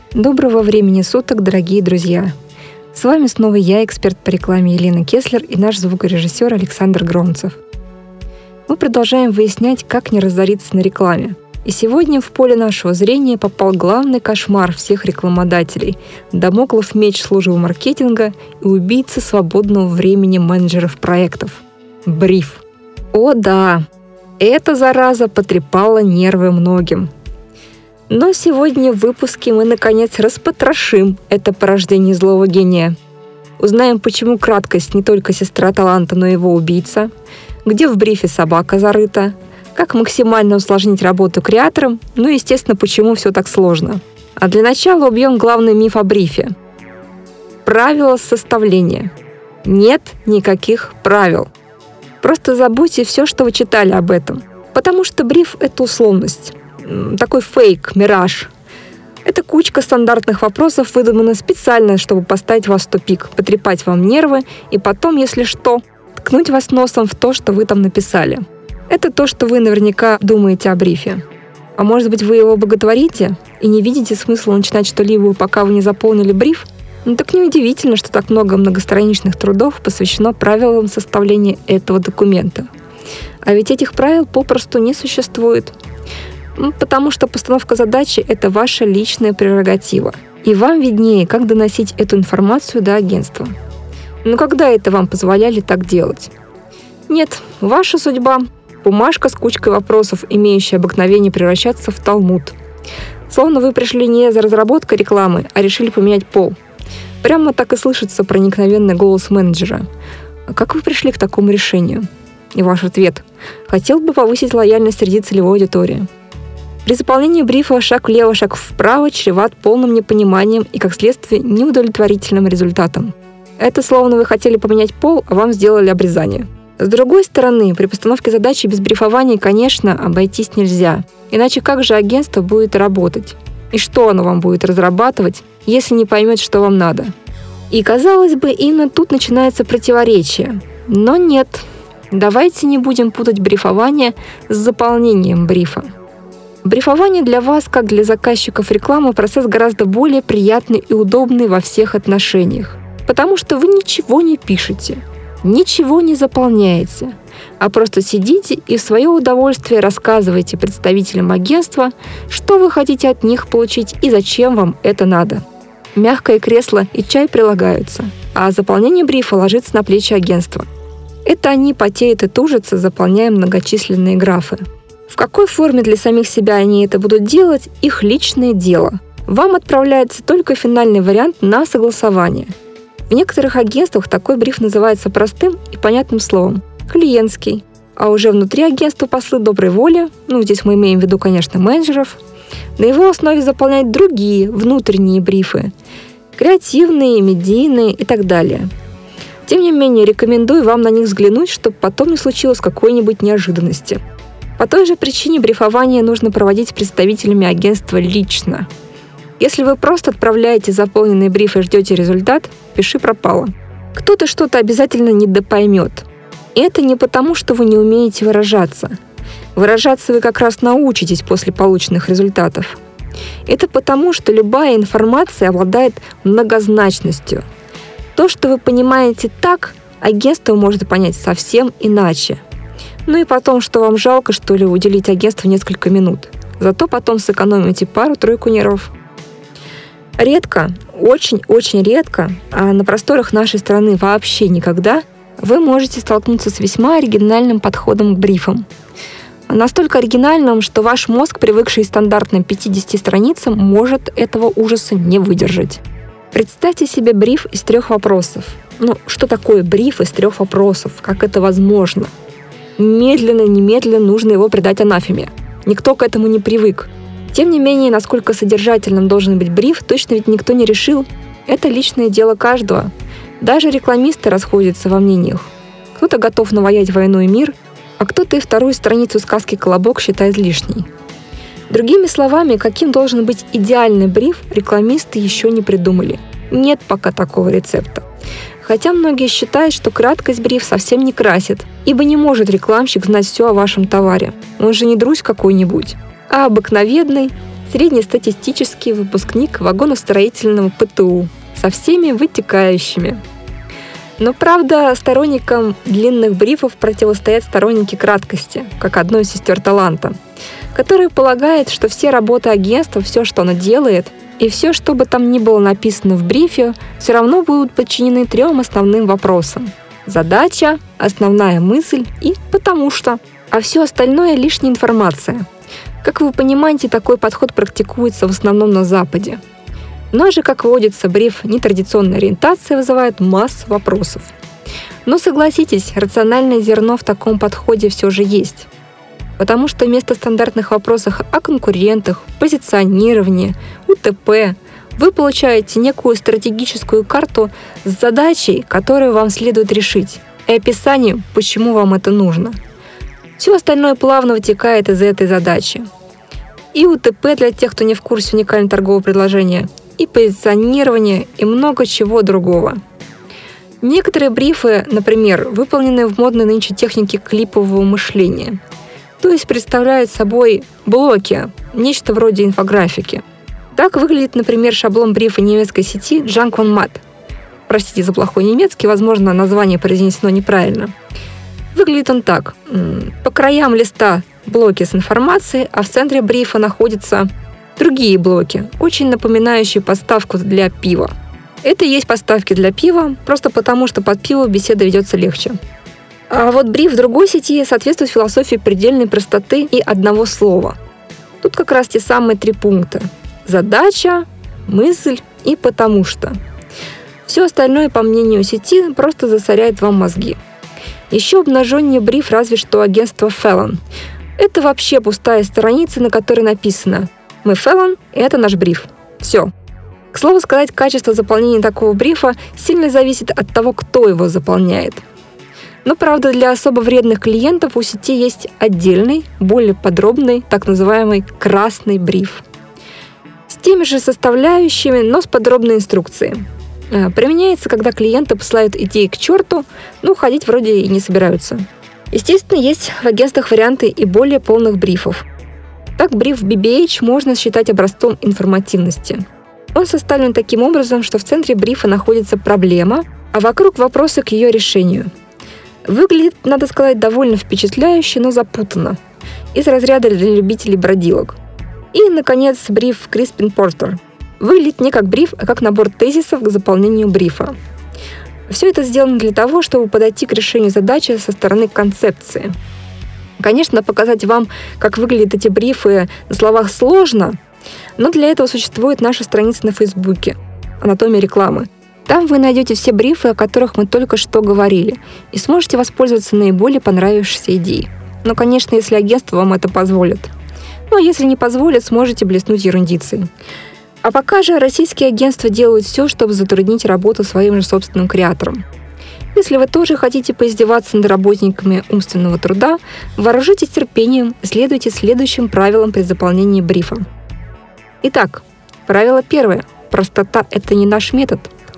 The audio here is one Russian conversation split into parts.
Доброго времени суток, дорогие друзья! С вами снова я, эксперт по рекламе Елена Кеслер, и наш звукорежиссер Александр Громцев. Мы продолжаем выяснять, как не разориться на рекламе. И сегодня в поле нашего зрения попал главный кошмар всех рекламодателей – дамоклов меч службы маркетинга и убийца свободного времени менеджеров проектов – бриф. О да, эта зараза потрепала нервы многим. Но сегодня в выпуске мы, наконец, распотрошим это порождение злого гения. Узнаем, почему краткость не только сестра таланта, но и его убийца, где в брифе собака зарыта, как максимально усложнить работу креаторам, ну и, естественно, почему все так сложно. А для начала убьем главный миф о брифе. Правила составления. Нет никаких правил. Просто забудьте все, что вы читали об этом. Потому что бриф — это условность. Такой фейк, мираж. Это кучка стандартных вопросов, выдумана специально, чтобы поставить вас в тупик, потрепать вам нервы и потом, если что, ткнуть вас носом в то, что вы там написали. Это то, что вы наверняка думаете о брифе. А может быть, вы его боготворите и не видите смысла начинать что-либо, пока вы не заполнили бриф? Ну так неудивительно, что так много многостраничных трудов посвящено правилам составления этого документа. А ведь этих правил попросту не существует. Потому что постановка задачи — это ваша личная прерогатива. И вам виднее, как доносить эту информацию до агентства. Но когда это вам позволяли так делать? Нет, ваша судьба — бумажка с кучкой вопросов, имеющая обыкновение превращаться в талмуд. Словно вы пришли не за разработкой рекламы, а решили поменять пол. Прямо так и слышится проникновенный голос менеджера. А как вы пришли к такому решению? И ваш ответ: хотел бы повысить лояльность среди целевой аудитории. При заполнении брифа шаг влево, шаг вправо чреват полным непониманием и, как следствие, неудовлетворительным результатом. Это словно вы хотели поменять пол, а вам сделали обрезание. С другой стороны, при постановке задачи без брифования, конечно, обойтись нельзя. Иначе как же агентство будет работать? И что оно вам будет разрабатывать, если не поймет, что вам надо? И, казалось бы, именно тут начинается противоречие. Но нет. Давайте не будем путать брифование с заполнением брифа. Брифование для вас, как для заказчиков рекламы, процесс гораздо более приятный и удобный во всех отношениях. Потому что вы ничего не пишете, ничего не заполняете, а просто сидите и в свое удовольствие рассказываете представителям агентства, что вы хотите от них получить и зачем вам это надо. Мягкое кресло и чай прилагаются, а заполнение брифа ложится на плечи агентства. Это они потеют и тужатся, заполняя многочисленные графы. В какой форме для самих себя они это будут делать – их личное дело. Вам отправляется только финальный вариант на согласование. В некоторых агентствах такой бриф называется простым и понятным словом – клиентский. А уже внутри агентства послы доброй воли, здесь мы имеем в виду, конечно, менеджеров, на его основе заполняют другие внутренние брифы – креативные, медийные и так далее. Тем не менее, рекомендую вам на них взглянуть, чтобы потом не случилось какой-нибудь неожиданности. По той же причине брифование нужно проводить с представителями агентства лично. Если вы просто отправляете заполненный бриф и ждете результат, пиши пропало. Кто-то что-то обязательно недопоймет. И это не потому, что вы не умеете выражаться. Выражаться вы как раз научитесь после полученных результатов. Это потому, что любая информация обладает многозначностью. То, что вы понимаете так, агентство может понять совсем иначе. Ну и потом, что вам жалко, что ли, уделить агентству несколько минут. Зато потом сэкономите пару-тройку нервов. Редко, очень-очень редко, а на просторах нашей страны вообще никогда, вы можете столкнуться с весьма оригинальным подходом к брифам. Настолько оригинальным, что ваш мозг, привыкший к стандартным 50 страницам, может этого ужаса не выдержать. Представьте себе бриф из 3 вопросов. Что такое бриф из 3 вопросов? Как это возможно? Немедленно нужно его предать анафеме. Никто к этому не привык. Тем не менее, насколько содержательным должен быть бриф, точно ведь никто не решил. Это личное дело каждого. Даже рекламисты расходятся во мнениях. Кто-то готов наваять войну и мир, а кто-то и 2 страницу сказки «Колобок» считает лишней. Другими словами, каким должен быть идеальный бриф, рекламисты еще не придумали. Нет пока такого рецепта. Хотя многие считают, что краткость бриф совсем не красит, ибо не может рекламщик знать все о вашем товаре. Он же не друзь какой-нибудь, а обыкновенный, среднестатистический выпускник вагоностроительного ПТУ со всеми вытекающими. Но, правда, сторонникам длинных брифов противостоят сторонники краткости, как одной из сестер таланта, которая полагает, что все работы агентства, все, что оно делает, и все, что бы там ни было написано в брифе, все равно будут подчинены 3 основным вопросам. Задача, основная мысль и «потому что». А все остальное — лишняя информация. Как вы понимаете, такой подход практикуется в основном на Западе. Но же, как водится, бриф нетрадиционной ориентации вызывает массу вопросов. Но согласитесь, рациональное зерно в таком подходе все же есть. Потому что вместо стандартных вопросов о конкурентах, позиционировании, УТП, вы получаете некую стратегическую карту с задачей, которую вам следует решить, и описанием, почему вам это нужно. Все остальное плавно вытекает из этой задачи. И УТП для тех, кто не в курсе уникального торгового предложения, и позиционирование, и много чего другого. Некоторые брифы, например, выполнены в модной нынче технике клипового мышления, то есть представляют собой блоки, нечто вроде инфографики. Так выглядит, например, шаблон брифа немецкой сети Junk von Matt. Простите за плохой немецкий, возможно, название произнесено неправильно. Выглядит он так. По краям листа блоки с информацией, а в центре брифа находятся другие блоки, очень напоминающие подставку для пива. Это и есть подставки для пива, просто потому, что под пиво беседа ведется легче. А вот бриф в другой сети соответствует философии предельной простоты и одного слова. Тут как раз те самые 3 пункта. Задача, мысль и потому что. Все остальное, по мнению сети, просто засоряет вам мозги. Еще обнаженнее бриф разве что агентство Felon. Это вообще пустая страница, на которой написано «Мы Felon, и это наш бриф». Все. К слову сказать, качество заполнения такого брифа сильно зависит от того, кто его заполняет. Но, правда, для особо вредных клиентов у сети есть отдельный, более подробный, так называемый красный бриф. С теми же составляющими, но с подробной инструкцией. Применяется, когда клиенты посылают идеи к черту, но ходить вроде и не собираются. Естественно, есть в агентствах варианты и более полных брифов. Так, бриф BBH можно считать образцом информативности. Он составлен таким образом, что в центре брифа находится проблема, а вокруг вопросы к ее решению. Выглядит, надо сказать, довольно впечатляюще, но запутанно. Из разряда для любителей бродилок. И, наконец, бриф Crispin Porter. Выглядит не как бриф, а как набор тезисов к заполнению брифа. Все это сделано для того, чтобы подойти к решению задачи со стороны концепции. Конечно, показать вам, как выглядят эти брифы, на словах сложно, но для этого существует наша страница на Фейсбуке «Анатомия рекламы». Там вы найдете все брифы, о которых мы только что говорили, и сможете воспользоваться наиболее понравившейся идеей. Но, конечно, если агентство вам это позволит. Ну а если не позволит, сможете блеснуть ерундицей. А пока же российские агентства делают все, чтобы затруднить работу своим же собственным креаторам. Если вы тоже хотите поиздеваться над работниками умственного труда, вооружитесь терпением и следуйте следующим правилам при заполнении брифа. Итак, правило 1. Простота – это не наш метод.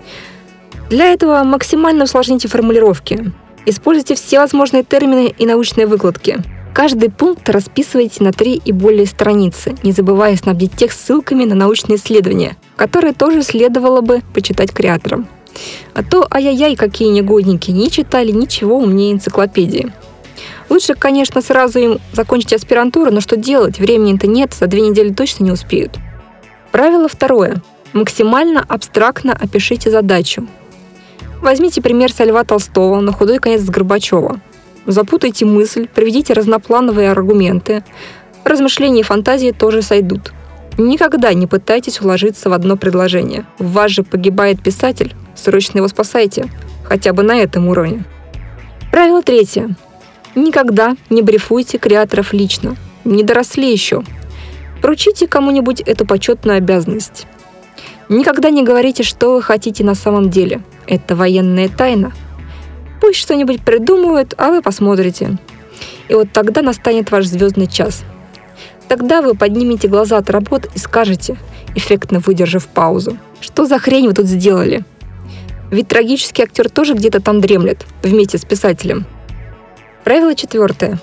Для этого максимально усложните формулировки. Используйте все возможные термины и научные выкладки. Каждый пункт расписывайте на 3 и более страницы, не забывая снабдить текст ссылками на научные исследования, которые тоже следовало бы почитать креаторам. А то ай-яй-яй, какие негодники, не читали ничего умнее энциклопедии. Лучше, конечно, сразу им закончить аспирантуру, но что делать? Времени-то нет, за 2 недели точно не успеют. Правило 2. Максимально абстрактно опишите задачу. Возьмите пример со Льва Толстого, на худой конец с Горбачева. Запутайте мысль, приведите разноплановые аргументы. Размышления и фантазии тоже сойдут. Никогда не пытайтесь уложиться в одно предложение. В вас же погибает писатель, срочно его спасайте. Хотя бы на этом уровне. Правило 3. Никогда не брифуйте креаторов лично. Не доросли еще. Поручите кому-нибудь эту почетную обязанность. Никогда не говорите, что вы хотите на самом деле. Это военная тайна. Пусть что-нибудь придумают, а вы посмотрите. И вот тогда настанет ваш звездный час. Тогда вы поднимете глаза от работ и скажете, эффектно выдержав паузу, что за хрень вы тут сделали? Ведь трагический актер тоже где-то там дремлет, вместе с писателем. Правило 4.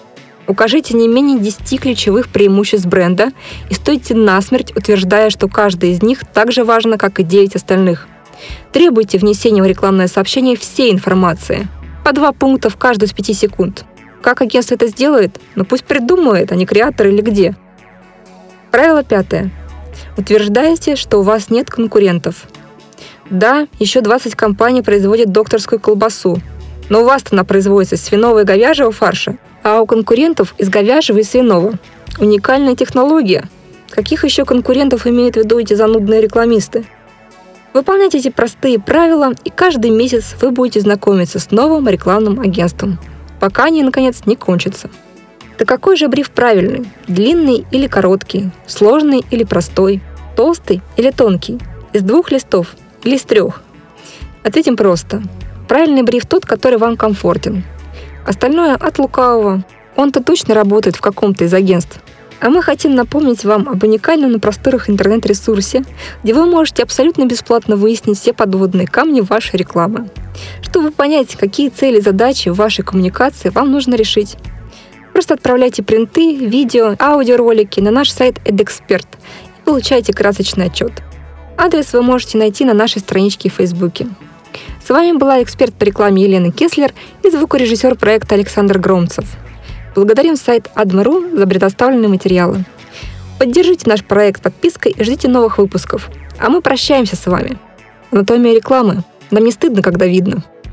Укажите не менее 10 ключевых преимуществ бренда и стойте насмерть, утверждая, что каждый из них так же важно, как и 9 остальных. Требуйте внесения в рекламное сообщение всей информации. По 2 пункта в каждую из 5 секунд. Как агентство это сделает? Ну пусть придумает, а не креатор или где. Правило 5. Утверждайте, что у вас нет конкурентов. Да, еще 20 компаний производят докторскую колбасу, но у вас-то она производится из свиного и говяжьего фарша, а у конкурентов из говяжьего и свиного. Уникальная технология. Каких еще конкурентов имеют в виду эти занудные рекламисты? Выполняйте эти простые правила, и каждый месяц вы будете знакомиться с новым рекламным агентством, пока они, наконец, не кончатся. Да какой же бриф правильный? Длинный или короткий? Сложный или простой? Толстый или тонкий? Из 2 листов или из 3? Ответим просто. Правильный бриф тот, который вам комфортен. Остальное от лукавого. Он-то точно работает в каком-то из агентств. А мы хотим напомнить вам об уникальном на просторах интернет-ресурсе, где вы можете абсолютно бесплатно выяснить все подводные камни вашей рекламы. Чтобы понять, какие цели и задачи в вашей коммуникации вам нужно решить. Просто отправляйте принты, видео, аудиоролики на наш сайт EdExpert и получайте красочный отчет. Адрес вы можете найти на нашей страничке в Фейсбуке. С вами была эксперт по рекламе Елена Кеслер и звукорежиссер проекта Александр Громцев. Благодарим сайт Adme.ru за предоставленные материалы. Поддержите наш проект подпиской и ждите новых выпусков. А мы прощаемся с вами. Анатомия рекламы. Нам не стыдно, когда видно.